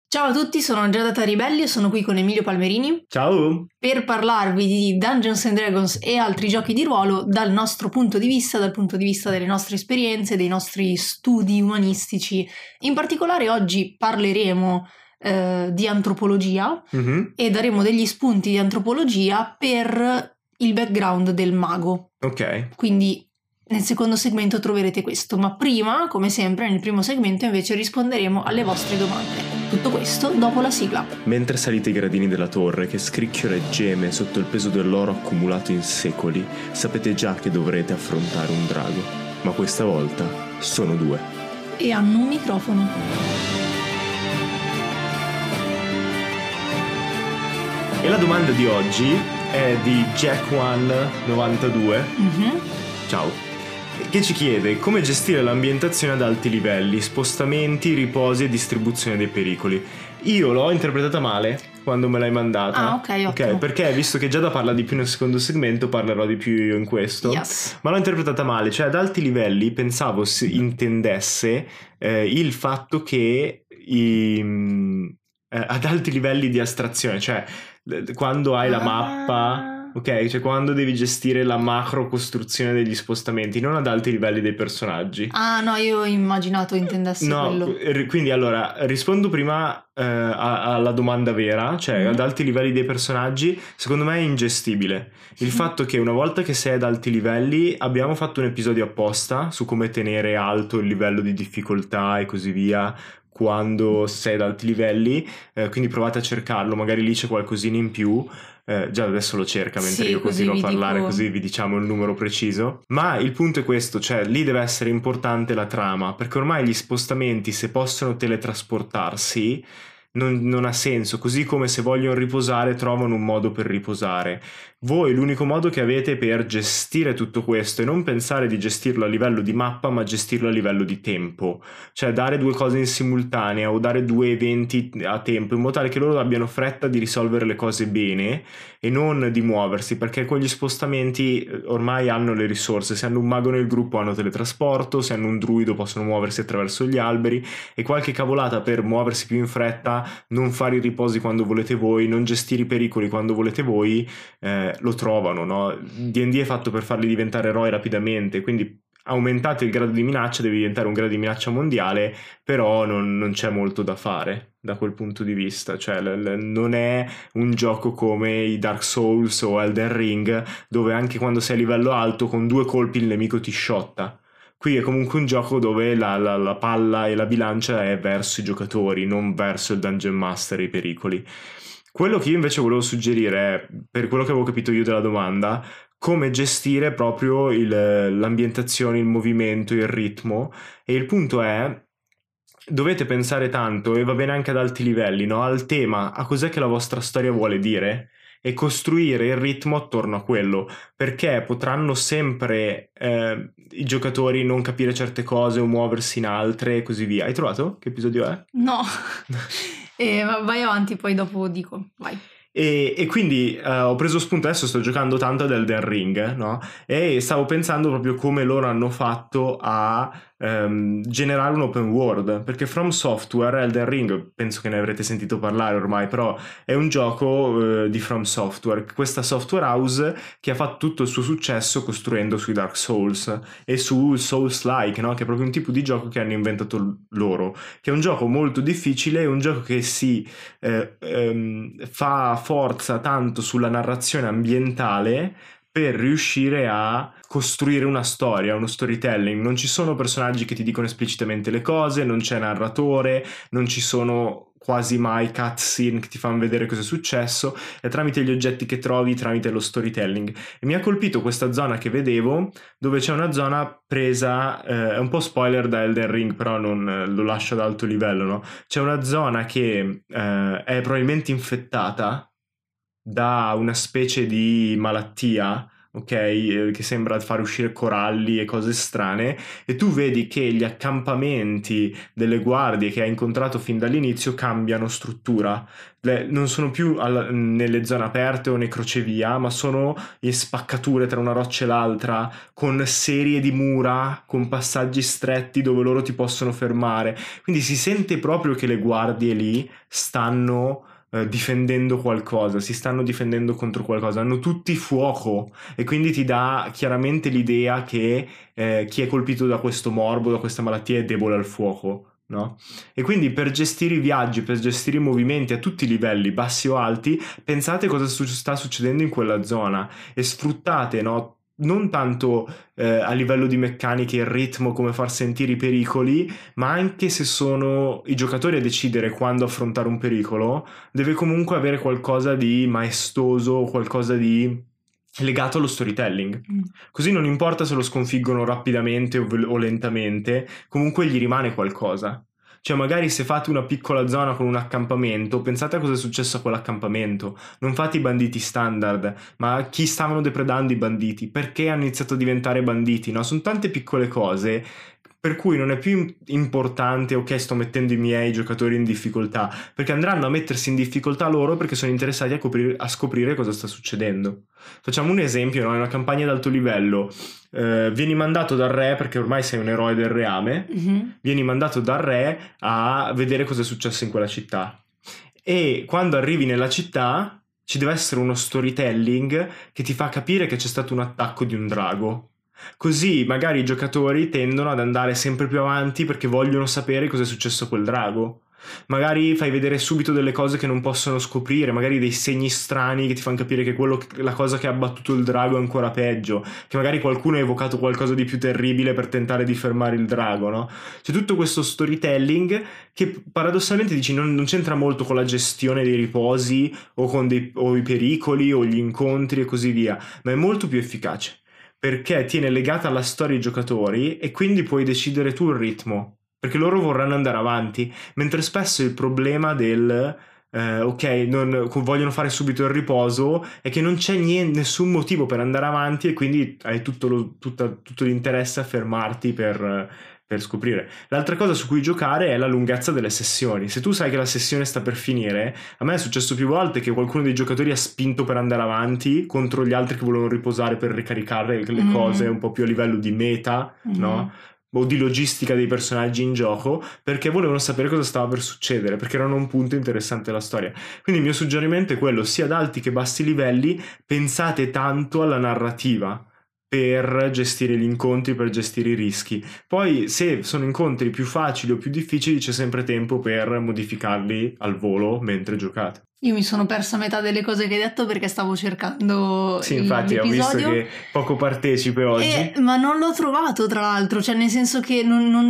Ciao a tutti, sono Giada Taribelli e sono qui con Emilio Palmerini Ciao! per parlarvi di Dungeons and Dragons e altri giochi di ruolo dal nostro punto di vista, dal punto di vista delle nostre esperienze, dei nostri studi umanistici. In particolare oggi parleremo di antropologia e daremo degli spunti di antropologia per il background del mago. Ok. Quindi nel secondo segmento troverete questo, ma prima, come sempre, nel primo segmento invece risponderemo alle vostre domande. Tutto questo dopo la sigla. Mentre salite i gradini della torre che scricchiola e geme sotto il peso dell'oro accumulato in secoli, sapete già che dovrete affrontare un drago, ma questa volta sono due. E hanno un microfono. E la domanda di oggi è di Jack192. Ciao. Che ci chiede come gestire l'ambientazione ad alti livelli, spostamenti, riposi e distribuzione dei pericoli. Io l'ho interpretata male quando me l'hai mandata. Ok, perché visto che Giada parla di più nel secondo segmento, parlerò di più io in questo. Yes. Ma l'ho interpretata male, cioè ad alti livelli pensavo si intendesse il fatto che ad alti livelli di astrazione, cioè quando hai la mappa. Ok, cioè quando devi gestire la macro costruzione degli spostamenti, non ad alti livelli dei personaggi. Ah no, io ho immaginato intendessi quello. Quindi allora rispondo prima alla domanda vera, cioè ad alti livelli dei personaggi, secondo me è ingestibile. Il fatto che una volta che sei ad alti livelli, abbiamo fatto un episodio apposta su come tenere alto il livello di difficoltà e così via quando sei ad alti livelli, quindi provate a cercarlo, magari lì c'è qualcosina in più. Già adesso lo cerca mentre io continuo a parlare, così vi diciamo il numero preciso. Ma il punto è questo, cioè lì deve essere importante la trama, perché ormai gli spostamenti, se possono teletrasportarsi, non ha senso, così come se vogliono riposare trovano un modo per riposare. Voi l'unico modo che avete per gestire tutto questo è non pensare di gestirlo a livello di mappa, ma gestirlo a livello di tempo, cioè dare due cose in simultanea o dare due eventi a tempo, in modo tale che loro abbiano fretta di risolvere le cose bene e non di muoversi, perché con gli spostamenti ormai hanno le risorse. Se hanno un mago nel gruppo hanno teletrasporto, se hanno un druido possono muoversi attraverso gli alberi, e qualche cavolata per muoversi più in fretta, non fare i riposi quando volete voi, non gestire i pericoli quando volete voi, lo trovano, no? D&D è fatto per farli diventare eroi rapidamente, quindi aumentate il grado di minaccia, deve diventare un grado di minaccia mondiale, però non c'è molto da fare da quel punto di vista, cioè non è un gioco come i Dark Souls o Elden Ring, dove anche quando sei a livello alto con due colpi il nemico ti sciotta. Qui è comunque un gioco dove la palla e la bilancia è verso i giocatori, non verso il Dungeon Master e i pericoli. Quello che io invece volevo suggerire è, per quello che avevo capito io della domanda, come gestire proprio l'ambientazione, il movimento, il ritmo. E il punto è, dovete pensare tanto, e va bene anche ad alti livelli, no? Al tema, a cos'è che la vostra storia vuole dire, e costruire il ritmo attorno a quello, perché potranno sempre i giocatori non capire certe cose o muoversi in altre e così via. Hai trovato? Che episodio è? No. Vai avanti, poi dopo dico, vai. E quindi ho preso spunto, adesso sto giocando tanto ad Elden Ring, no? E stavo pensando proprio come loro hanno fatto a generare un open world, perché From Software, Elden Ring, penso che ne avrete sentito parlare ormai, però è un gioco di From Software, questa software house che ha fatto tutto il suo successo costruendo sui Dark Souls e su Souls-like, no? Che è proprio un tipo di gioco che hanno inventato loro, che è un gioco molto difficile, è un gioco che si fa forza tanto sulla narrazione ambientale per riuscire a costruire una storia, uno storytelling. Non ci sono personaggi che ti dicono esplicitamente le cose, non c'è narratore, non ci sono quasi mai cutscene che ti fanno vedere cosa è successo, è tramite gli oggetti che trovi, tramite lo storytelling. E mi ha colpito questa zona che vedevo, dove c'è una zona presa, è un po' spoiler da Elden Ring, però non lo lascio ad alto livello, no? C'è una zona che è probabilmente infettata da una specie di malattia ok? Che sembra fare uscire coralli e cose strane, e tu vedi che gli accampamenti delle guardie che hai incontrato fin dall'inizio cambiano struttura. Non sono più nelle zone aperte o nei crocevia, ma sono in spaccature tra una roccia e l'altra, con serie di mura, con passaggi stretti dove loro ti possono fermare. Quindi si sente proprio che le guardie lì stanno difendendo qualcosa, si stanno difendendo contro qualcosa, hanno tutti fuoco, e quindi ti dà chiaramente l'idea che chi è colpito da questo morbo, da questa malattia, è debole al fuoco. No? E quindi per gestire i viaggi, per gestire i movimenti a tutti i livelli, bassi o alti, pensate cosa sta succedendo in quella zona e sfruttate, no? Non tanto a livello di meccaniche, il ritmo, come far sentire i pericoli, ma anche se sono i giocatori a decidere quando affrontare un pericolo, deve comunque avere qualcosa di maestoso, qualcosa di legato allo storytelling. Così non importa se lo sconfiggono rapidamente o lentamente, comunque gli rimane qualcosa. Cioè magari se fate una piccola zona con un accampamento, pensate a cosa è successo a quell'accampamento. Non fate i banditi standard, ma chi stavano depredando i banditi, perché hanno iniziato a diventare banditi, no? Sono tante piccole cose per cui non è più importante, ok, sto mettendo i miei giocatori in difficoltà, perché andranno a mettersi in difficoltà loro perché sono interessati a scoprire cosa sta succedendo. Facciamo un esempio, no? In una campagna ad alto livello vieni mandato dal re, perché ormai sei un eroe del reame, vieni mandato dal re a vedere cosa è successo in quella città, e quando arrivi nella città ci deve essere uno storytelling che ti fa capire che c'è stato un attacco di un drago. Così magari i giocatori tendono ad andare sempre più avanti perché vogliono sapere cosa è successo a quel drago. Magari fai vedere subito delle cose che non possono scoprire, magari dei segni strani che ti fanno capire che la cosa che ha abbattuto il drago è ancora peggio, che magari qualcuno ha evocato qualcosa di più terribile per tentare di fermare il drago, no? C'è tutto questo storytelling che paradossalmente dici non c'entra molto con la gestione dei riposi o con i pericoli o gli incontri e così via, ma è molto più efficace perché tiene legata alla storia i giocatori e quindi puoi decidere tu il ritmo, perché loro vorranno andare avanti, mentre spesso il problema del vogliono fare subito il riposo è che non c'è nessun motivo per andare avanti, e quindi hai tutto l'interesse a fermarti per scoprire. L'altra cosa su cui giocare è la lunghezza delle sessioni. Se tu sai che la sessione sta per finire, a me è successo più volte che qualcuno dei giocatori ha spinto per andare avanti contro gli altri che volevano riposare per ricaricare le cose un po' più a livello di meta, no? O di logistica dei personaggi in gioco, perché volevano sapere cosa stava per succedere, perché erano un punto interessante della storia. Quindi il mio suggerimento è quello: sia ad alti che bassi livelli, pensate tanto alla narrativa per gestire gli incontri, per gestire i rischi. Poi se sono incontri più facili o più difficili, c'è sempre tempo per modificarli al volo mentre giocate. Io mi sono persa metà delle cose che hai detto perché stavo cercando sì, infatti l'episodio. Ho visto che poco partecipe oggi. Ma non l'ho trovato, tra l'altro, cioè nel senso che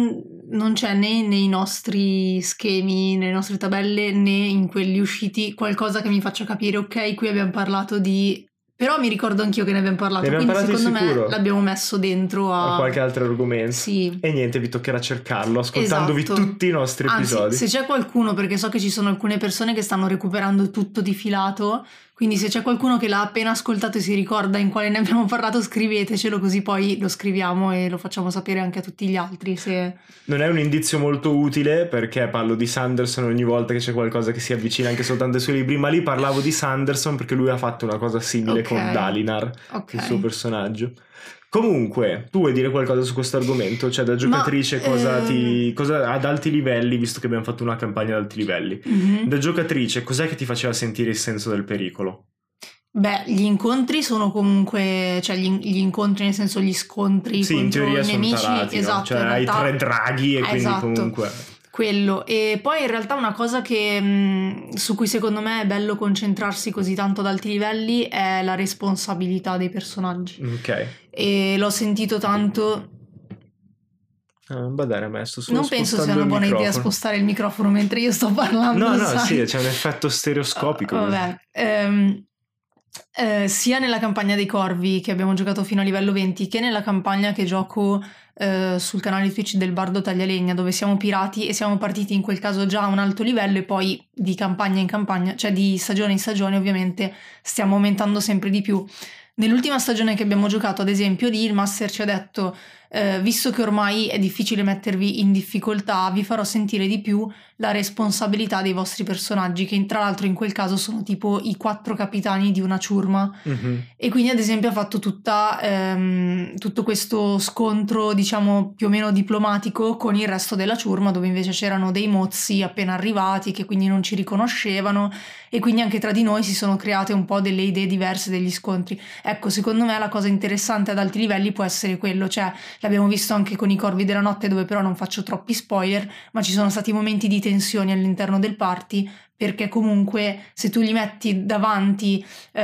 non c'è né nei nostri schemi, nelle nostre tabelle, né in quelli usciti qualcosa che mi faccia capire, ok, qui abbiamo parlato di... Però mi ricordo anch'io che ne abbiamo parlato, quindi secondo me l'abbiamo messo dentro a qualche altro argomento. Sì. E niente, vi toccherà cercarlo ascoltandovi tutti i nostri episodi. Anzi, se c'è qualcuno, perché so che ci sono alcune persone che stanno recuperando tutto di filato, quindi se c'è qualcuno che l'ha appena ascoltato e si ricorda in quale ne abbiamo parlato, scrivetecelo, così poi lo scriviamo e lo facciamo sapere anche a tutti gli altri. Non è un indizio molto utile, perché parlo di Sanderson ogni volta che c'è qualcosa che si avvicina anche soltanto ai suoi libri, ma lì parlavo di Sanderson perché lui ha fatto una cosa simile con Dalinar, il suo personaggio. Comunque, tu vuoi dire qualcosa su questo argomento? Cioè, da giocatrice cosa ad alti livelli, visto che abbiamo fatto una campagna ad alti livelli, da giocatrice cos'è che ti faceva sentire il senso del pericolo? Beh, gli incontri sono comunque, cioè gli incontri nel senso gli scontri contro i nemici, tarati, esatto, no? Cioè hai 3 draghi e quindi comunque quello. E poi in realtà una cosa che su cui secondo me è bello concentrarsi così tanto ad alti livelli è la responsabilità dei personaggi. Ok. E l'ho sentito tanto. Non badare a me, sto solo non penso sia una buona idea spostare il microfono mentre io sto parlando. No, sì, c'è un effetto stereoscopico. Vabbè. Sia nella campagna dei Corvi che abbiamo giocato fino a livello 20 che nella campagna che gioco sul canale Twitch del Bardo Taglialegna, dove siamo pirati e siamo partiti in quel caso già a un alto livello e poi di campagna in campagna, cioè di stagione in stagione ovviamente stiamo aumentando sempre di più. Nell'ultima stagione che abbiamo giocato, ad esempio, il Master ci ha detto visto che ormai è difficile mettervi in difficoltà, vi farò sentire di più la responsabilità dei vostri personaggi, che tra l'altro in quel caso sono tipo i 4 capitani di una ciurma. E quindi ad esempio ha fatto tutto questo scontro, diciamo, più o meno diplomatico con il resto della ciurma, dove invece c'erano dei mozzi appena arrivati che quindi non ci riconoscevano, e quindi anche tra di noi si sono create un po' delle idee diverse degli scontri. Ecco, secondo me la cosa interessante ad alti livelli può essere quello, cioè l'abbiamo visto anche con i Corvi della Notte, dove però non faccio troppi spoiler, ma ci sono stati momenti di tensione all'interno del party, perché comunque se tu gli metti davanti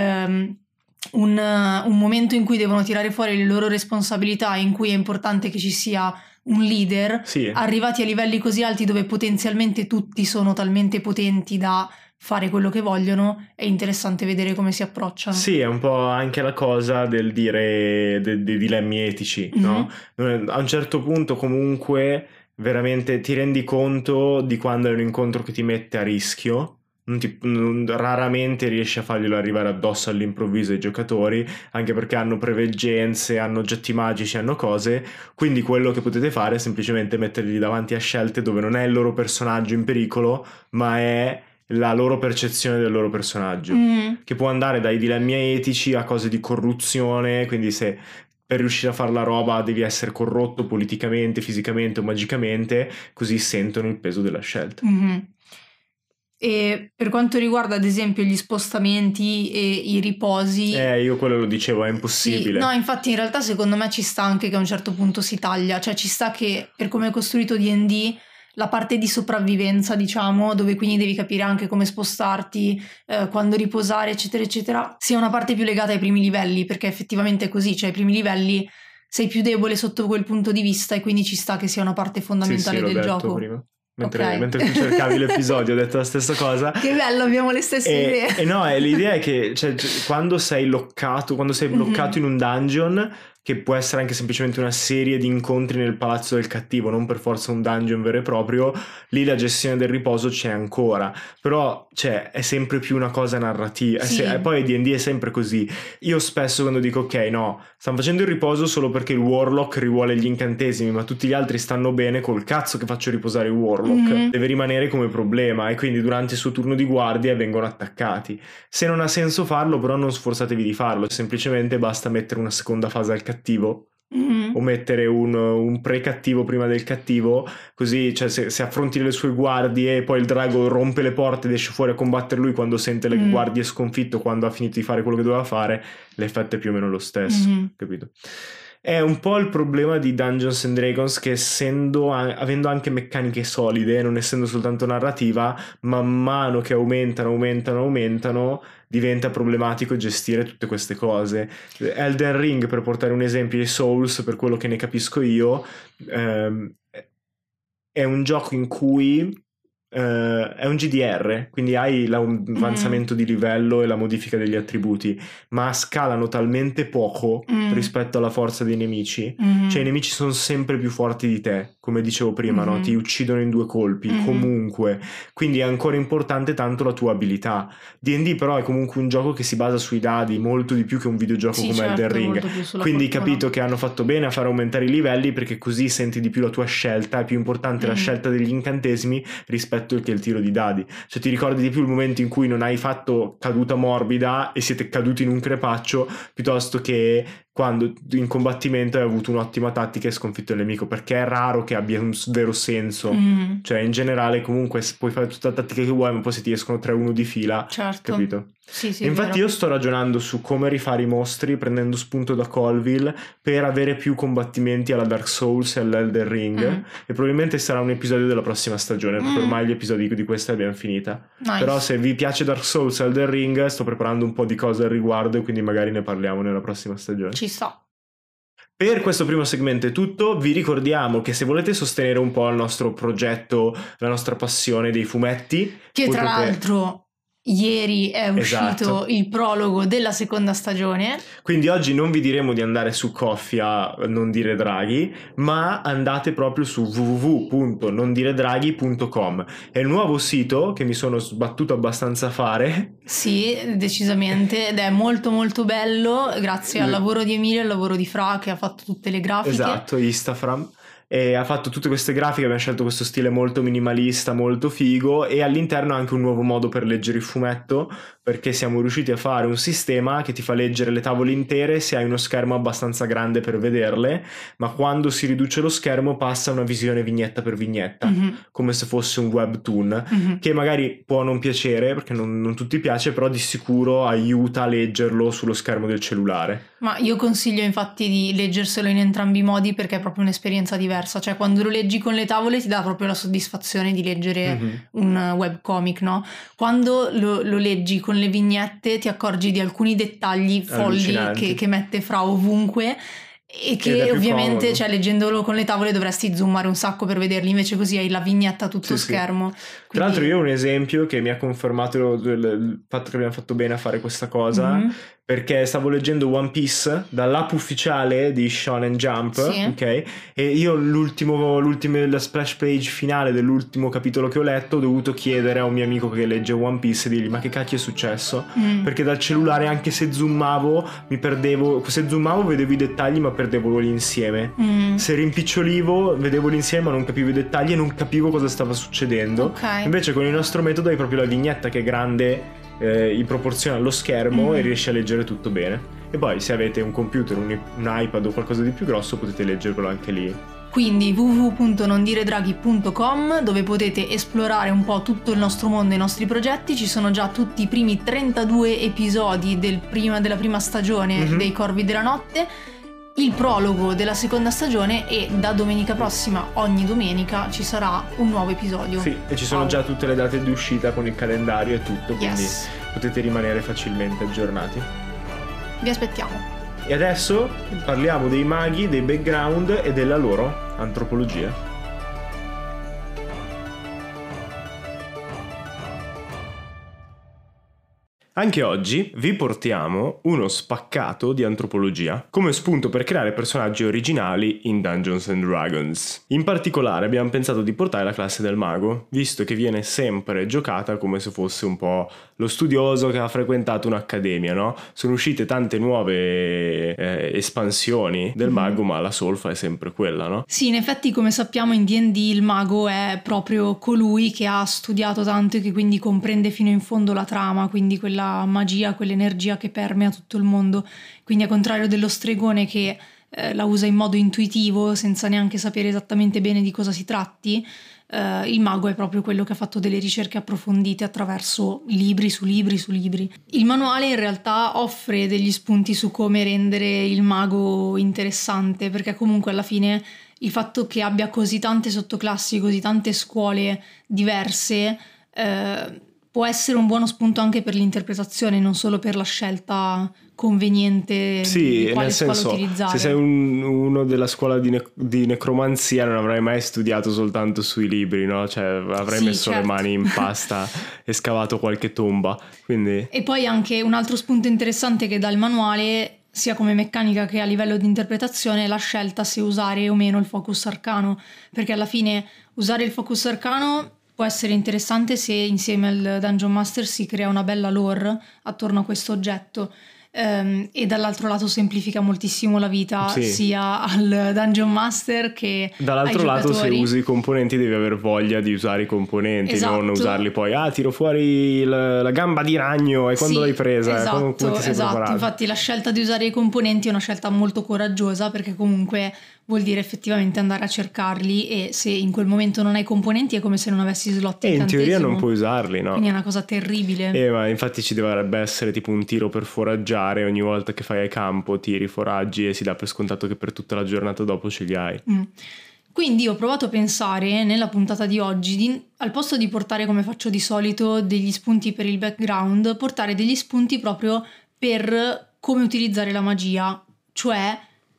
un momento in cui devono tirare fuori le loro responsabilità, in cui è importante che ci sia un leader, sì, arrivati a livelli così alti dove potenzialmente tutti sono talmente potenti da fare quello che vogliono, è interessante vedere come si approcciano. Sì, è un po' anche la cosa del dire dei dilemmi etici, no? A un certo punto comunque veramente ti rendi conto di quando è un incontro che ti mette a rischio. Raramente riesci a farglielo arrivare addosso all'improvviso ai giocatori, anche perché hanno preveggenze, hanno oggetti magici, hanno cose, quindi quello che potete fare è semplicemente metterli davanti a scelte dove non è il loro personaggio in pericolo, ma è la loro percezione del loro personaggio, che può andare dai dilemmi etici a cose di corruzione, quindi se per riuscire a fare la roba devi essere corrotto politicamente, fisicamente o magicamente, così sentono il peso della scelta. E per quanto riguarda ad esempio gli spostamenti e i riposi, io quello lo dicevo, è impossibile. Sì, no, infatti in realtà secondo me ci sta anche che a un certo punto si taglia, cioè ci sta che per come è costruito D&D la parte di sopravvivenza, diciamo, dove quindi devi capire anche come spostarti, quando riposare, eccetera eccetera, sia una parte più legata ai primi livelli, perché effettivamente è così, cioè ai primi livelli sei più debole sotto quel punto di vista e quindi ci sta che sia una parte fondamentale del gioco. Prima. Mentre tu cercavi l'episodio ho detto la stessa cosa. Che bello, abbiamo le stesse idee. E no, l'idea è che quando sei bloccato in un dungeon, che può essere anche semplicemente una serie di incontri nel palazzo del cattivo, non per forza un dungeon vero e proprio, lì la gestione del riposo c'è ancora, però è sempre più una cosa narrativa. Sì. Poi D&D è sempre così. Io spesso quando dico ok, no, stanno facendo il riposo solo perché il warlock rivuole gli incantesimi, ma tutti gli altri stanno bene, col cazzo che faccio riposare il warlock, deve rimanere come problema, e quindi durante il suo turno di guardia vengono attaccati. Se non ha senso farlo, però non sforzatevi di farlo, semplicemente basta mettere una seconda fase al cattivo, o mettere un pre-cattivo prima del cattivo, così se affronti le sue guardie e poi il drago rompe le porte ed esce fuori a combattere lui quando sente le guardie sconfitto, quando ha finito di fare quello che doveva fare, l'effetto è più o meno lo stesso, capito? È un po' il problema di Dungeons and Dragons, che avendo anche meccaniche solide, non essendo soltanto narrativa, man mano che aumentano, diventa problematico gestire tutte queste cose. Elden Ring, per portare un esempio, e Souls, per quello che ne capisco io, è un gioco in cui è un GDR, quindi hai l'avanzamento di livello e la modifica degli attributi, ma scalano talmente poco rispetto alla forza dei nemici, cioè i nemici sono sempre più forti di te, come dicevo prima, no? Ti uccidono in 2 colpi comunque, quindi è ancora importante tanto la tua abilità. D&D però è comunque un gioco che si basa sui dadi molto di più che un videogioco come Elden Ring, quindi capito che hanno fatto bene a far aumentare i livelli, perché così senti di più la tua scelta, è più importante la scelta degli incantesimi rispetto che il tiro di dadi, cioè ti ricordi di più il momento in cui non hai fatto caduta morbida e siete caduti in un crepaccio, piuttosto che quando in combattimento hai avuto un'ottima tattica e sconfitto il nemico, perché è raro che abbia un vero senso, cioè in generale comunque puoi fare tutta la tattica che vuoi, ma poi se ti escono 3-1 di fila, capito? Sì, infatti io sto ragionando su come rifare i mostri prendendo spunto da Colville per avere più combattimenti alla Dark Souls e all'Elden Ring, e probabilmente sarà un episodio della prossima stagione, perché ormai gli episodi di questa abbiamo finita. Però se vi piace Dark Souls e Elden Ring, sto preparando un po' di cose al riguardo e quindi magari ne parliamo nella prossima stagione. Ci sta. Per questo primo segmento è tutto. Vi ricordiamo che se volete sostenere un po' il nostro progetto, la nostra passione dei fumetti, che tra l'altro ieri è uscito il prologo della seconda stagione. Quindi oggi non vi diremo di andare su Ko-fi a Non Dire Draghi, ma andate proprio su www.nondiredraghi.com. È il nuovo sito che mi sono sbattuto abbastanza a fare. Sì, decisamente, ed è molto molto bello grazie al lavoro di Emilio e al lavoro di Fra che ha fatto tutte le grafiche. Esatto, Instagram. E ha fatto tutte queste grafiche, abbiamo scelto questo stile molto minimalista, molto figo, e all'interno anche un nuovo modo per leggere il fumetto, perché siamo riusciti a fare un sistema che ti fa leggere le tavole intere se hai uno schermo abbastanza grande per vederle, ma quando si riduce lo schermo passa una visione vignetta per vignetta, come se fosse un webtoon, che magari può non piacere perché non tutti piace, però di sicuro aiuta a leggerlo sullo schermo del cellulare. Ma io consiglio infatti di leggerselo in entrambi i modi perché è proprio un'esperienza diversa, cioè quando lo leggi con le tavole ti dà proprio la soddisfazione di leggere un webcomic, no? Quando lo leggi con le vignette ti accorgi di alcuni dettagli folli che mette Fra ovunque e che ovviamente, cioè, leggendolo con le tavole dovresti zoomare un sacco per vederli, invece così hai la vignetta tutto schermo. Quindi... Tra l'altro io ho un esempio che mi ha confermato il fatto che abbiamo fatto bene a fare questa cosa, perché stavo leggendo One Piece dall'app ufficiale di Shonen Jump, ok? E io la splash page finale dell'ultimo capitolo che ho letto ho dovuto chiedere a un mio amico che legge One Piece e dirgli ma che cacchio è successo? Perché dal cellulare anche se zoomavo mi perdevo, se zoomavo vedevo i dettagli ma perdevo l'insieme, se rimpicciolivo vedevo l'insieme ma non capivo i dettagli e non capivo cosa stava succedendo. Invece con il nostro metodo hai proprio la vignetta che è grande in proporzione allo schermo e riesci a leggere tutto bene. E poi se avete un computer, un iPad o qualcosa di più grosso potete leggerlo anche lì. Quindi www.nondiredraghi.com, dove potete esplorare un po' tutto il nostro mondo e i nostri progetti. Ci sono già tutti i primi 32 episodi della prima stagione dei Corvi della Notte, il prologo della seconda stagione, e da domenica prossima ogni domenica ci sarà un nuovo episodio. Sì, e ci sono già tutte le date di uscita con il calendario e tutto, quindi potete rimanere facilmente aggiornati. Vi aspettiamo. E adesso parliamo dei maghi, dei background e della loro antropologia. Anche oggi vi portiamo uno spaccato di antropologia come spunto per creare personaggi originali in Dungeons and Dragons. In particolare abbiamo pensato di portare la classe del mago, visto che viene sempre giocata come se fosse un po' lo studioso che ha frequentato un'accademia, no? Sono uscite tante nuove espansioni del mago, ma la solfa è sempre quella, no? Sì, in effetti come sappiamo in D&D il mago è proprio colui che ha studiato tanto e che quindi comprende fino in fondo la trama, quindi quella magia, quell'energia che permea tutto il mondo. Quindi al contrario dello stregone che la usa in modo intuitivo senza neanche sapere esattamente bene di cosa si tratti, il mago è proprio quello che ha fatto delle ricerche approfondite attraverso libri su libri su libri. Il manuale in realtà offre degli spunti su come rendere il mago interessante, perché comunque alla fine il fatto che abbia così tante sottoclassi, così tante scuole diverse può essere un buono spunto anche per l'interpretazione, non solo per la scelta conveniente di quale scuola utilizzare. Se sei uno della scuola di necromanzia non avrai mai studiato soltanto sui libri, no? Cioè avrai messo le mani in pasta e scavato qualche tomba. Quindi... E poi anche un altro spunto interessante che dà il manuale, sia come meccanica che a livello di interpretazione, è la scelta se usare o meno il focus arcano, perché alla fine usare il focus arcano può essere interessante se insieme al Dungeon Master si crea una bella lore attorno a questo oggetto, e dall'altro lato semplifica moltissimo la vita sia al Dungeon Master che dall'altro ai lato giocatori. Se usi i componenti devi aver voglia di usare i componenti, non usarli poi tiro fuori la gamba di ragno e quando l'hai presa come ti sei preparato. Infatti la scelta di usare i componenti è una scelta molto coraggiosa, perché comunque vuol dire effettivamente andare a cercarli, e se in quel momento non hai componenti è come se non avessi slot e incantesimo. In teoria non puoi usarli, no? Quindi è una cosa terribile. Ma infatti ci dovrebbe essere tipo un tiro per foraggiare, ogni volta che fai a campo tiri, foraggi e si dà per scontato che per tutta la giornata dopo ce li hai. Quindi ho provato a pensare nella puntata di oggi al posto di portare, come faccio di solito, degli spunti per il background, portare degli spunti proprio per come utilizzare la magia, cioè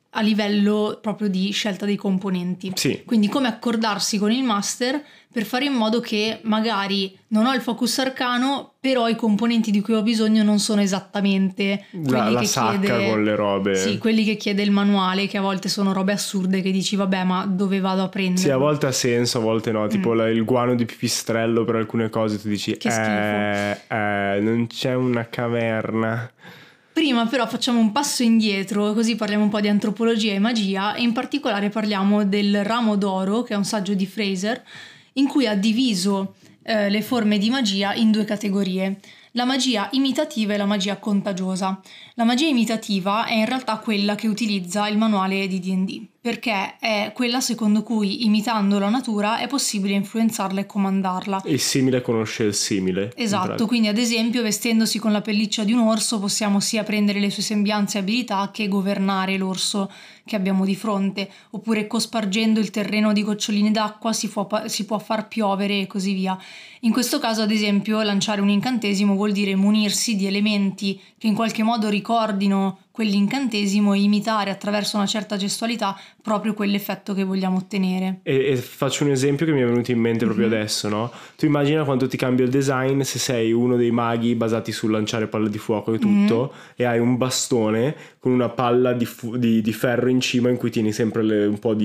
a livello proprio di scelta dei componenti. Sì. Quindi come accordarsi con il master per fare in modo che magari non ho il focus arcano, però i componenti di cui ho bisogno non sono esattamente quelli la che sacca chiede, con le robe. Sì, quelli che chiede il manuale, che a volte sono robe assurde che dici vabbè, ma dove vado a prendere? Sì, a volte ha senso, a volte no, tipo il guano di pipistrello per alcune cose tu dici che schifo. Non c'è una caverna. Prima però facciamo un passo indietro, così parliamo un po' di antropologia e magia, e in particolare parliamo del Ramo d'Oro, che è un saggio di Fraser, in cui ha diviso le forme di magia in due categorie: la magia imitativa e la magia contagiosa. La magia imitativa è in realtà quella che utilizza il manuale di D&D, perché è quella secondo cui, imitando la natura, è possibile influenzarla e comandarla. Il simile conosce il simile. Esatto, quindi ad esempio vestendosi con la pelliccia di un orso possiamo sia prendere le sue sembianze e abilità che governare l'orso che abbiamo di fronte, oppure cospargendo il terreno di goccioline d'acqua si può far piovere e così via. In questo caso, ad esempio, lanciare un incantesimo vuol dire munirsi di elementi che in qualche modo ricordino quell'incantesimo e imitare attraverso una certa gestualità proprio quell'effetto che vogliamo ottenere. E faccio un esempio che mi è venuto in mente proprio adesso, no? Tu immagina quanto ti cambia il design se sei uno dei maghi basati sul lanciare palle di fuoco e tutto, e hai un bastone con una palla di ferro in cima in cui tieni sempre un po'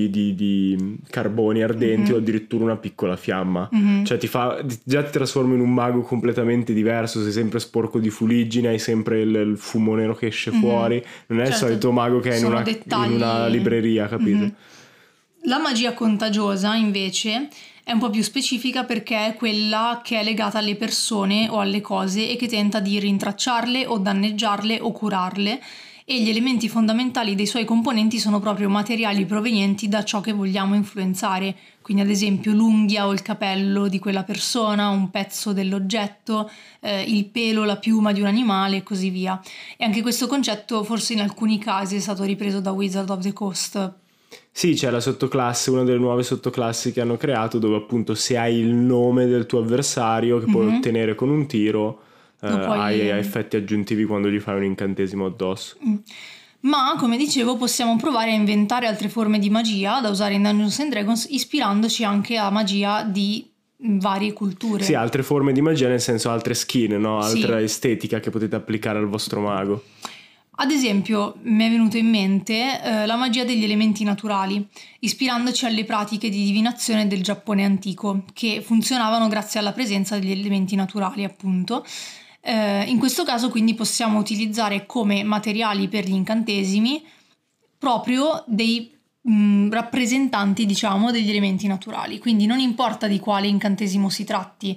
di carboni ardenti o addirittura una piccola fiamma. Cioè già ti trasformi in un mago completamente diverso, sei sempre sporco di fuliggine, hai sempre il fumo nero che esce fuori. Non è il solito mago che è in una libreria, capito? La magia contagiosa, invece, è un po' più specifica perché è quella che è legata alle persone o alle cose e che tenta di rintracciarle o danneggiarle o curarle, e gli elementi fondamentali dei suoi componenti sono proprio materiali provenienti da ciò che vogliamo influenzare, quindi ad esempio l'unghia o il capello di quella persona, un pezzo dell'oggetto, il pelo, la piuma di un animale e così via. E anche questo concetto forse in alcuni casi è stato ripreso da Wizard of the Coast. Sì, c'è la sottoclasse, una delle nuove sottoclassi che hanno creato, dove appunto se hai il nome del tuo avversario che puoi ottenere con un tiro, hai effetti aggiuntivi quando gli fai un incantesimo addosso. Ma, come dicevo, possiamo provare a inventare altre forme di magia da usare in Dungeons and Dragons, ispirandoci anche a magia di varie culture. Sì, altre forme di magia, nel senso altre skin, no? Altra estetica che potete applicare al vostro mago. Ad esempio, mi è venuto in mente la magia degli elementi naturali, ispirandoci alle pratiche di divinazione del Giappone antico, che funzionavano grazie alla presenza degli elementi naturali, appunto. In questo caso quindi possiamo utilizzare come materiali per gli incantesimi proprio dei rappresentanti, diciamo, degli elementi naturali. Quindi non importa di quale incantesimo si tratti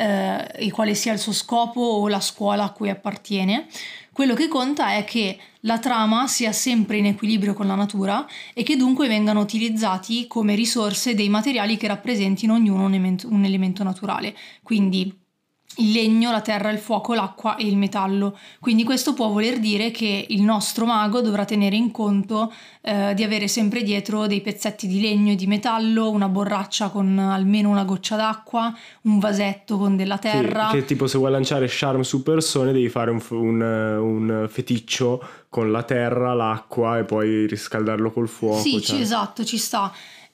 e quale sia il suo scopo o la scuola a cui appartiene, quello che conta è che la trama sia sempre in equilibrio con la natura e che dunque vengano utilizzati come risorse dei materiali che rappresentino ognuno un elemento naturale. Quindi il legno, la terra, il fuoco, l'acqua e il metallo. Quindi questo può voler dire che il nostro mago dovrà tenere in conto di avere sempre dietro dei pezzetti di legno e di metallo, una borraccia con almeno una goccia d'acqua, un vasetto con della terra. Sì, che tipo se vuoi lanciare charm su persone devi fare un feticcio con la terra, l'acqua e poi riscaldarlo col fuoco. Sì, esatto, ci sta.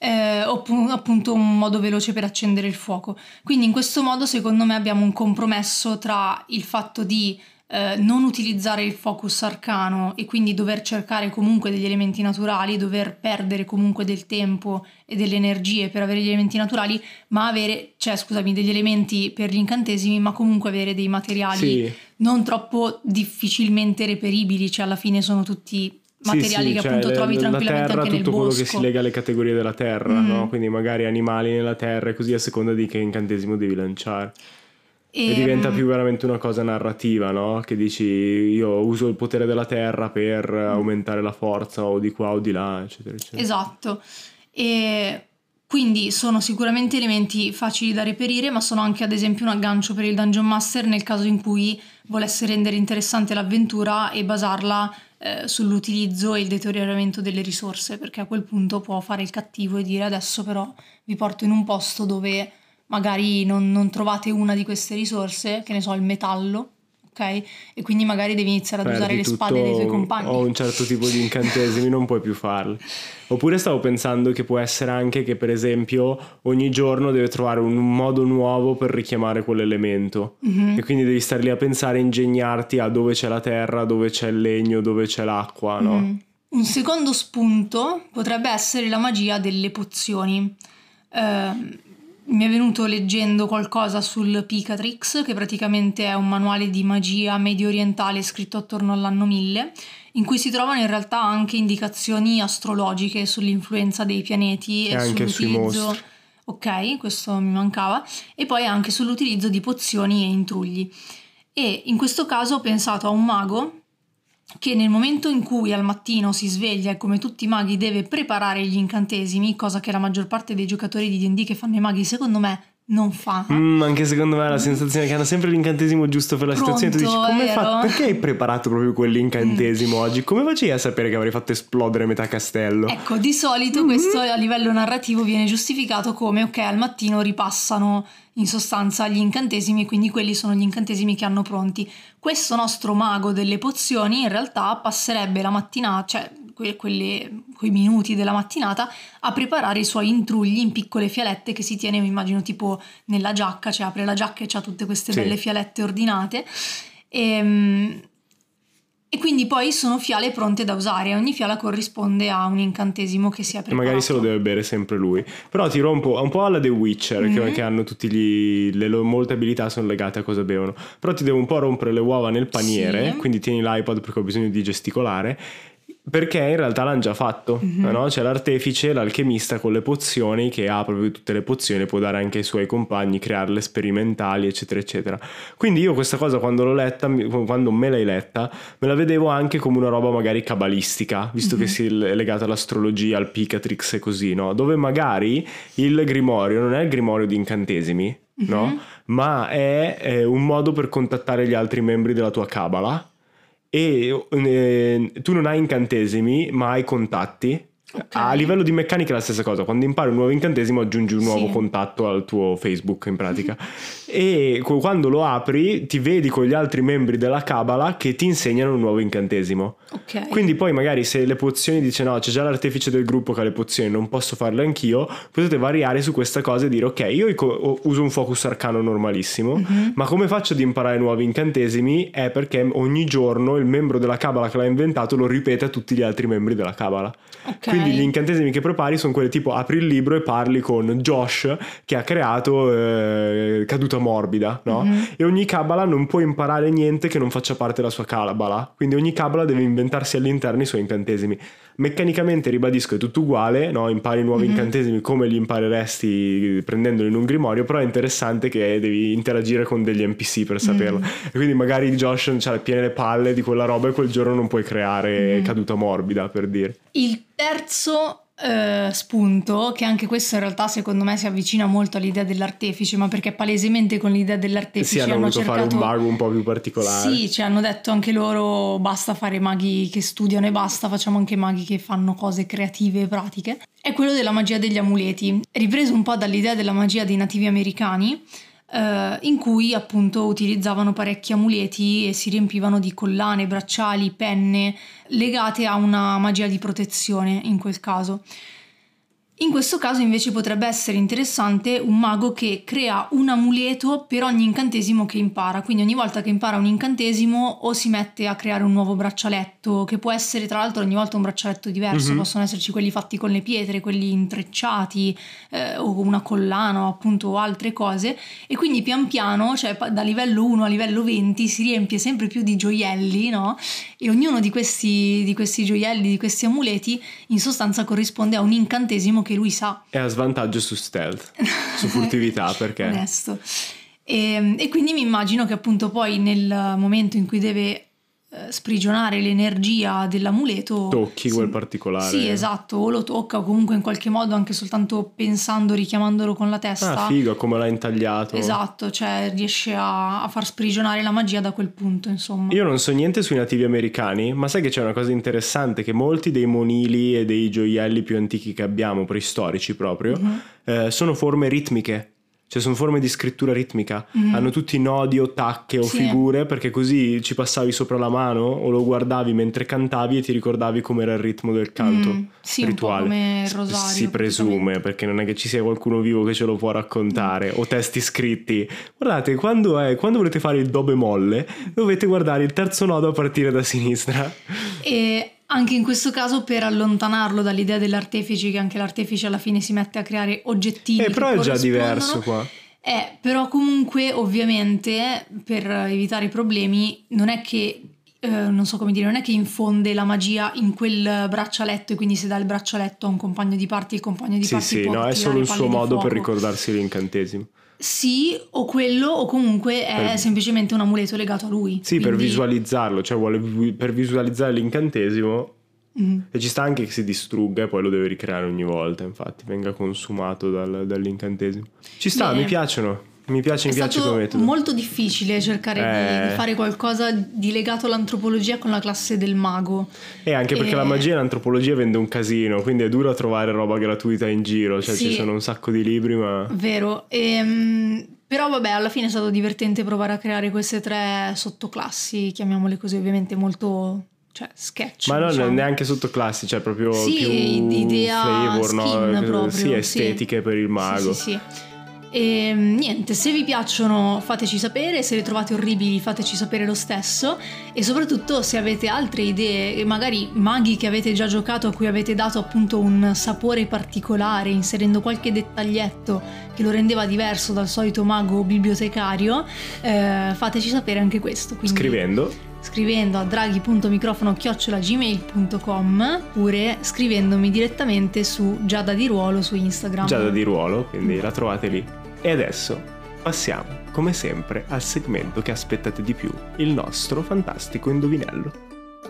Appunto un modo veloce per accendere il fuoco. Quindi in questo modo secondo me abbiamo un compromesso tra il fatto di non utilizzare il focus arcano e quindi dover cercare comunque degli elementi naturali, dover perdere comunque del tempo e delle energie per avere gli elementi naturali, ma avere, degli elementi per gli incantesimi, ma comunque avere dei materiali non troppo difficilmente reperibili, cioè alla fine sono tutti materiali che appunto trovi tranquillamente terra, anche nel bosco. Tutto quello che si lega alle categorie della terra, no? Quindi magari animali nella terra e così, a seconda di che incantesimo devi lanciare. E diventa più veramente una cosa narrativa, no? Che dici io uso il potere della terra per aumentare la forza o di qua o di là, eccetera, eccetera. Esatto. E quindi sono sicuramente elementi facili da reperire, ma sono anche ad esempio un aggancio per il Dungeon Master nel caso in cui volesse rendere interessante l'avventura e basarla sull'utilizzo e il deterioramento delle risorse, perché a quel punto può fare il cattivo e dire adesso però vi porto in un posto dove magari non trovate una di queste risorse, che ne so, il metallo, ok? E quindi magari devi iniziare ad usare le spade dei tuoi compagni. O un certo tipo di incantesimi non puoi più farli. Oppure stavo pensando che può essere anche che, per esempio, ogni giorno deve trovare un modo nuovo per richiamare quell'elemento. E quindi devi stare lì a pensare, ingegnarti a dove c'è la terra, dove c'è il legno, dove c'è l'acqua, no? Un secondo spunto potrebbe essere la magia delle pozioni. Mi è venuto leggendo qualcosa sul Picatrix, che praticamente è un manuale di magia medio orientale scritto attorno all'anno 1000, in cui si trovano in realtà anche indicazioni astrologiche sull'influenza dei pianeti e anche sull'utilizzo. Ok, questo mi mancava. E poi anche sull'utilizzo di pozioni e intrugli. E in questo caso ho pensato a un mago che nel momento in cui al mattino si sveglia e come tutti i maghi deve preparare gli incantesimi, cosa che la maggior parte dei giocatori di D&D che fanno i maghi secondo me non fa. Anche secondo me ha la sensazione che hanno sempre l'incantesimo giusto per la situazione. Tu dici, come hai perché hai preparato proprio quell'incantesimo oggi? Come facevi a sapere che avrei fatto esplodere metà castello? Ecco, di solito questo a livello narrativo viene giustificato come, ok, al mattino ripassano in sostanza gli incantesimi, quindi quelli sono gli incantesimi che hanno pronti. Questo nostro mago delle pozioni in realtà passerebbe la mattinata, cioè quei minuti della mattinata, a preparare i suoi intrugli in piccole fialette che si tiene, mi immagino, tipo nella giacca, cioè apre la giacca e c'ha tutte queste belle fialette ordinate. E quindi poi sono fiale pronte da usare. Ogni fiala corrisponde a un incantesimo che si è preparato. E magari se lo deve bere sempre lui. Però ti rompo un po' alla The Witcher, che hanno tutti molte abilità sono legate a cosa bevono. Però ti devo un po' rompere le uova nel paniere, quindi tieni l'iPod perché ho bisogno di gesticolare. Perché in realtà l'hanno già fatto, no? C'è l'artefice, l'alchemista con le pozioni, che ha proprio tutte le pozioni, può dare anche ai suoi compagni, crearle sperimentali, eccetera eccetera. Quindi io questa cosa quando l'ho letta, quando me l'hai letta, me la vedevo anche come una roba magari cabalistica, visto che è legata all'astrologia, al Picatrix e così, no? Dove magari il grimorio non è il grimorio di incantesimi, no? Ma è un modo per contattare gli altri membri della tua cabala. E tu non hai incantesimi ma hai contatti. A livello di meccanica è la stessa cosa. Quando impari un nuovo incantesimo aggiungi un nuovo contatto al tuo Facebook in pratica. E quando lo apri ti vedi con gli altri membri della cabala che ti insegnano un nuovo incantesimo. Quindi poi magari se le pozioni dice no, c'è già l'artefice del gruppo che ha le pozioni, non posso farle anch'io, potete variare su questa cosa e dire ok, io uso un focus arcano normalissimo, ma come faccio ad imparare nuovi incantesimi? È perché ogni giorno il membro della cabala che l'ha inventato lo ripete a tutti gli altri membri della cabala. Quindi gli incantesimi che prepari sono quelli tipo apri il libro e parli con Josh che ha creato caduta morbida, no? E ogni cabala non può imparare niente che non faccia parte della sua cabala, quindi ogni cabala deve inventarsi all'interno i suoi incantesimi. Meccanicamente, ribadisco, è tutto uguale, no? Impari nuovi incantesimi come li impareresti prendendoli in un grimorio, però è interessante che devi interagire con degli NPC per saperlo. E quindi magari Josh c'ha piene le palle di quella roba e quel giorno non puoi creare caduta morbida, per dire. Il terzo spunto, che anche questo in realtà secondo me si avvicina molto all'idea dell'artefice, ma perché palesemente con l'idea dell'artefice hanno voluto fare un mago un po' più particolare. Sì, ci hanno detto anche loro basta fare maghi che studiano e basta, facciamo anche maghi che fanno cose creative e pratiche. È quello della magia degli amuleti, ripreso un po' dall'idea della magia dei nativi americani, in cui appunto utilizzavano parecchi amuleti e si riempivano di collane, bracciali, penne legate a una magia di protezione in quel caso. In questo caso invece potrebbe essere interessante un mago che crea un amuleto per ogni incantesimo che impara, quindi ogni volta che impara un incantesimo o si mette a creare un nuovo braccialetto, che può essere tra l'altro ogni volta un braccialetto diverso, possono esserci quelli fatti con le pietre, quelli intrecciati o una collana o appunto altre cose, e quindi pian piano, cioè da livello 1 a livello 20 si riempie sempre più di gioielli, no? E ognuno di questi gioielli, di questi amuleti in sostanza corrisponde a un incantesimo che lui sa. È a svantaggio su stealth, su furtività, perché onesto. E quindi mi immagino che appunto poi nel momento in cui deve sprigionare l'energia dell'amuleto tocchi quel particolare. Sì, esatto, o lo tocca o comunque in qualche modo anche soltanto pensando, richiamandolo con la testa. Figo, come l'ha intagliato. Esatto, cioè riesce a far sprigionare la magia da quel punto, insomma. Io non so niente sui nativi americani, ma sai che c'è una cosa interessante, che molti dei monili e dei gioielli più antichi che abbiamo, preistorici proprio, sono forme ritmiche. Cioè sono forme di scrittura ritmica, hanno tutti nodi o tacche o Sì. figure, perché così ci passavi sopra la mano o lo guardavi mentre cantavi e ti ricordavi com'era il ritmo del canto Sì, rituale. un po' come il rosario. Si presume, perché non è che ci sia qualcuno vivo che ce lo può raccontare, o testi scritti. Guardate, quando volete fare il do bemolle, dovete guardare il terzo nodo a partire da sinistra. E anche in questo caso, per allontanarlo dall'idea dell'artefice, che anche l'artefice alla fine si mette a creare oggettini che Però è già corrispondono, diverso qua. Però comunque, ovviamente, per evitare i problemi, non è che non so come dire, non è che infonde la magia in quel braccialetto, e quindi se dà il braccialetto a un compagno di party, il compagno di party può no, è tirare solo il suo palle di modo per fuoco. ricordarsi l'incantesimo. Sì, o quello, o comunque è semplicemente un amuleto legato a lui. Sì, per visualizzarlo, cioè per visualizzare l'incantesimo. E ci sta anche che si distrugga e poi lo deve ricreare ogni volta, infatti venga consumato dall'incantesimo. Ci sta, Bene. mi piace come metodo. È stato molto difficile cercare di fare qualcosa di legato all'antropologia con la classe del mago. E anche perché la magia e l'antropologia vende un casino, quindi è duro trovare roba gratuita in giro, cioè Sì. ci sono un sacco di libri, ma... Vero, però vabbè, alla fine è stato divertente provare a creare queste 3 sottoclassi, chiamiamole così, ovviamente molto, cioè, sketch. Ma non diciamo. neanche sottoclassi, cioè proprio Sì, più idea flavor, skin no? proprio, Sì, estetiche per il mago. Sì. E niente, se vi piacciono fateci sapere, se le trovate orribili fateci sapere lo stesso, e soprattutto se avete altre idee, magari maghi che avete già giocato a cui avete dato appunto un sapore particolare, inserendo qualche dettaglietto che lo rendeva diverso dal solito mago bibliotecario, fateci sapere anche questo. Quindi scrivendo a draghi.microfono@gmail.com, oppure scrivendomi direttamente su Giada Di Ruolo su Instagram. Giada Di Ruolo, quindi la trovate lì. E adesso passiamo, come sempre, al segmento che aspettate di più, il nostro fantastico indovinello.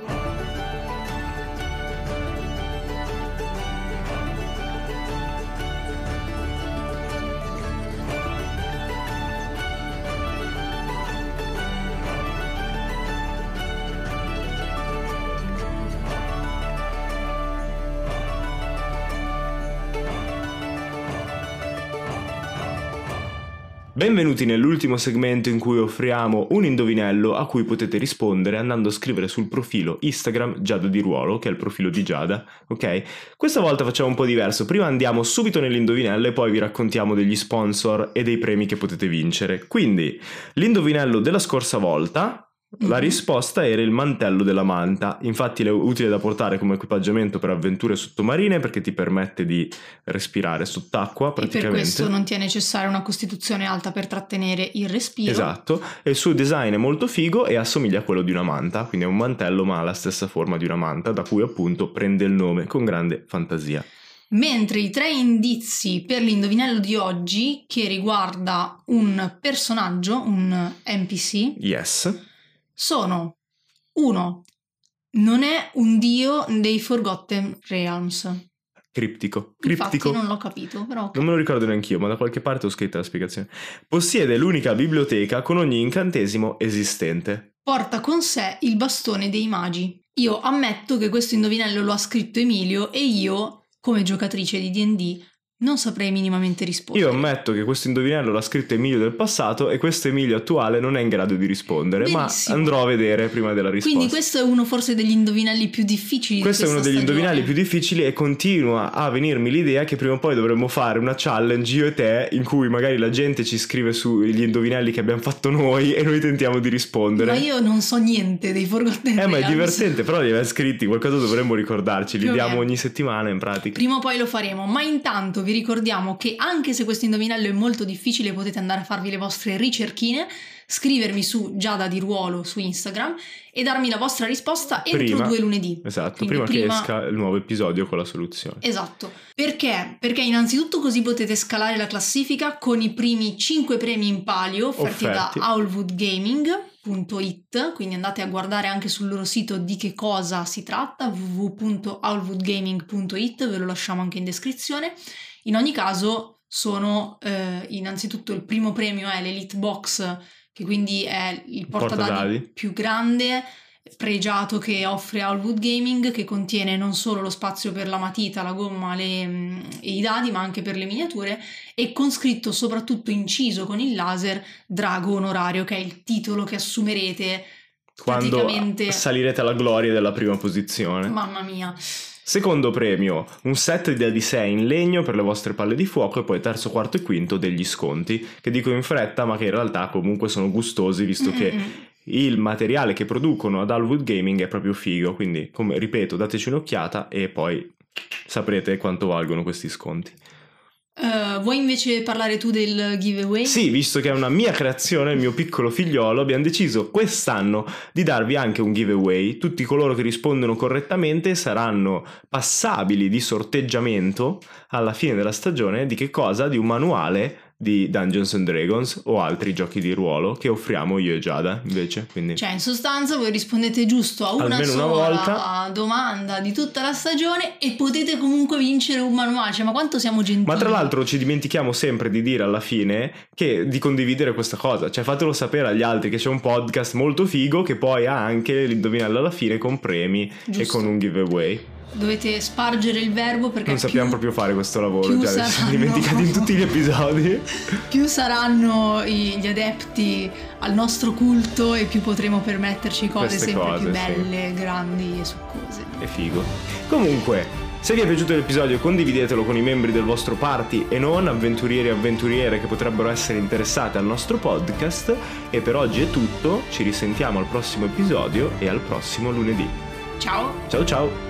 Benvenuti nell'ultimo segmento in cui offriamo un indovinello a cui potete rispondere andando a scrivere sul profilo Instagram Giada Di Ruolo, che è il profilo di Giada, ok? Questa volta facciamo un po' diverso, prima andiamo subito nell'indovinello e poi vi raccontiamo degli sponsor e dei premi che potete vincere. Quindi, l'indovinello della scorsa volta... La risposta era il mantello della manta, infatti è utile da portare come equipaggiamento per avventure sottomarine perché ti permette di respirare sott'acqua praticamente. E per questo non ti è necessaria una costituzione alta per trattenere il respiro. Esatto, e il suo design è molto figo e assomiglia a quello di una manta, quindi è un mantello ma ha la stessa forma di una manta, da cui appunto prende il nome con grande fantasia. Mentre i 3 indizi per l'indovinello di oggi, che riguarda un personaggio, un NPC, Yes. sono: 1. Non è un dio dei Forgotten Realms. Criptico. Infatti non l'ho capito, però okay. Non me lo ricordo neanch'io, ma da qualche parte ho scritto la spiegazione. Possiede l'unica biblioteca con ogni incantesimo esistente. Porta con sé il bastone dei magi. Io ammetto che questo indovinello lo ha scritto Emilio e io, come giocatrice di D&D, non saprei minimamente rispondere. Io ammetto che questo indovinello l'ha scritto Emilio del passato e questo Emilio attuale non è in grado di rispondere. Benissimo. Ma andrò a vedere prima della risposta. Quindi questo è uno forse degli indovinelli più difficili. Questo è uno degli indovinelli più difficili e continua a venirmi l'idea che prima o poi dovremmo fare una challenge io e te in cui magari la gente ci scrive sugli indovinelli che abbiamo fatto noi e noi tentiamo di rispondere. Ma io non so niente dei Forgotten Realms. Ma è divertente, però li aveva scritti, qualcosa dovremmo ricordarci, li diamo ogni settimana in pratica. Prima o poi lo faremo, ma intanto vi ricordiamo che anche se questo indovinello è molto difficile potete andare a farvi le vostre ricerchine, scrivermi su Giada Di Ruolo su Instagram e darmi la vostra risposta entro 2 lunedì. Esatto, prima che esca il nuovo episodio con la soluzione. Esatto. Perché? Perché innanzitutto così potete scalare la classifica con i primi 5 premi in palio offerti da owlwoodgaming.it, quindi andate a guardare anche sul loro sito di che cosa si tratta, www.owlwoodgaming.it, ve lo lasciamo anche in descrizione. In ogni caso sono innanzitutto il primo premio è l'Elite Box, che quindi è il portadadi più grande, pregiato che offre Allwood Gaming, che contiene non solo lo spazio per la matita, la gomma e i dadi, ma anche per le miniature, e con scritto soprattutto inciso con il laser Drago Onorario, che è il titolo che assumerete quando salirete alla gloria della prima posizione. Mamma mia. Secondo premio, un set di dadi 6 in legno per le vostre palle di fuoco, e poi terzo, quarto e quinto degli sconti, che dico in fretta ma che in realtà comunque sono gustosi, visto che il materiale che producono ad Allwood Gaming è proprio figo, quindi come ripeto, dateci un'occhiata e poi saprete quanto valgono questi sconti. Vuoi invece parlare tu del giveaway? Sì, visto che è una mia creazione, il mio piccolo figliolo, abbiamo deciso quest'anno di darvi anche un giveaway. Tutti coloro che rispondono correttamente saranno passabili di sorteggiamento alla fine della stagione di che cosa? Di un manuale di Dungeons and Dragons o altri giochi di ruolo che offriamo io e Giada, invece. Quindi, cioè, in sostanza voi rispondete giusto a una sola domanda di tutta la stagione e potete comunque vincere un manuale. Cioè, ma quanto siamo gentili. Ma tra l'altro ci dimentichiamo sempre di dire alla fine di condividere questa cosa. Cioè, fatelo sapere agli altri che c'è un podcast molto figo che poi ha anche l'indovinello alla fine con premi, giusto, e con un giveaway. Dovete spargere il verbo, perché non sappiamo proprio fare questo lavoro, già ci siamo dimenticati in tutti gli episodi. Più saranno gli adepti al nostro culto e più potremo permetterci cose sempre più belle, sì, grandi e succose. È figo. Comunque, se vi è piaciuto l'episodio condividetelo con i membri del vostro party e non, avventurieri e avventuriere che potrebbero essere interessate al nostro podcast. E per oggi è tutto, ci risentiamo al prossimo episodio e al prossimo lunedì. Ciao. Ciao ciao.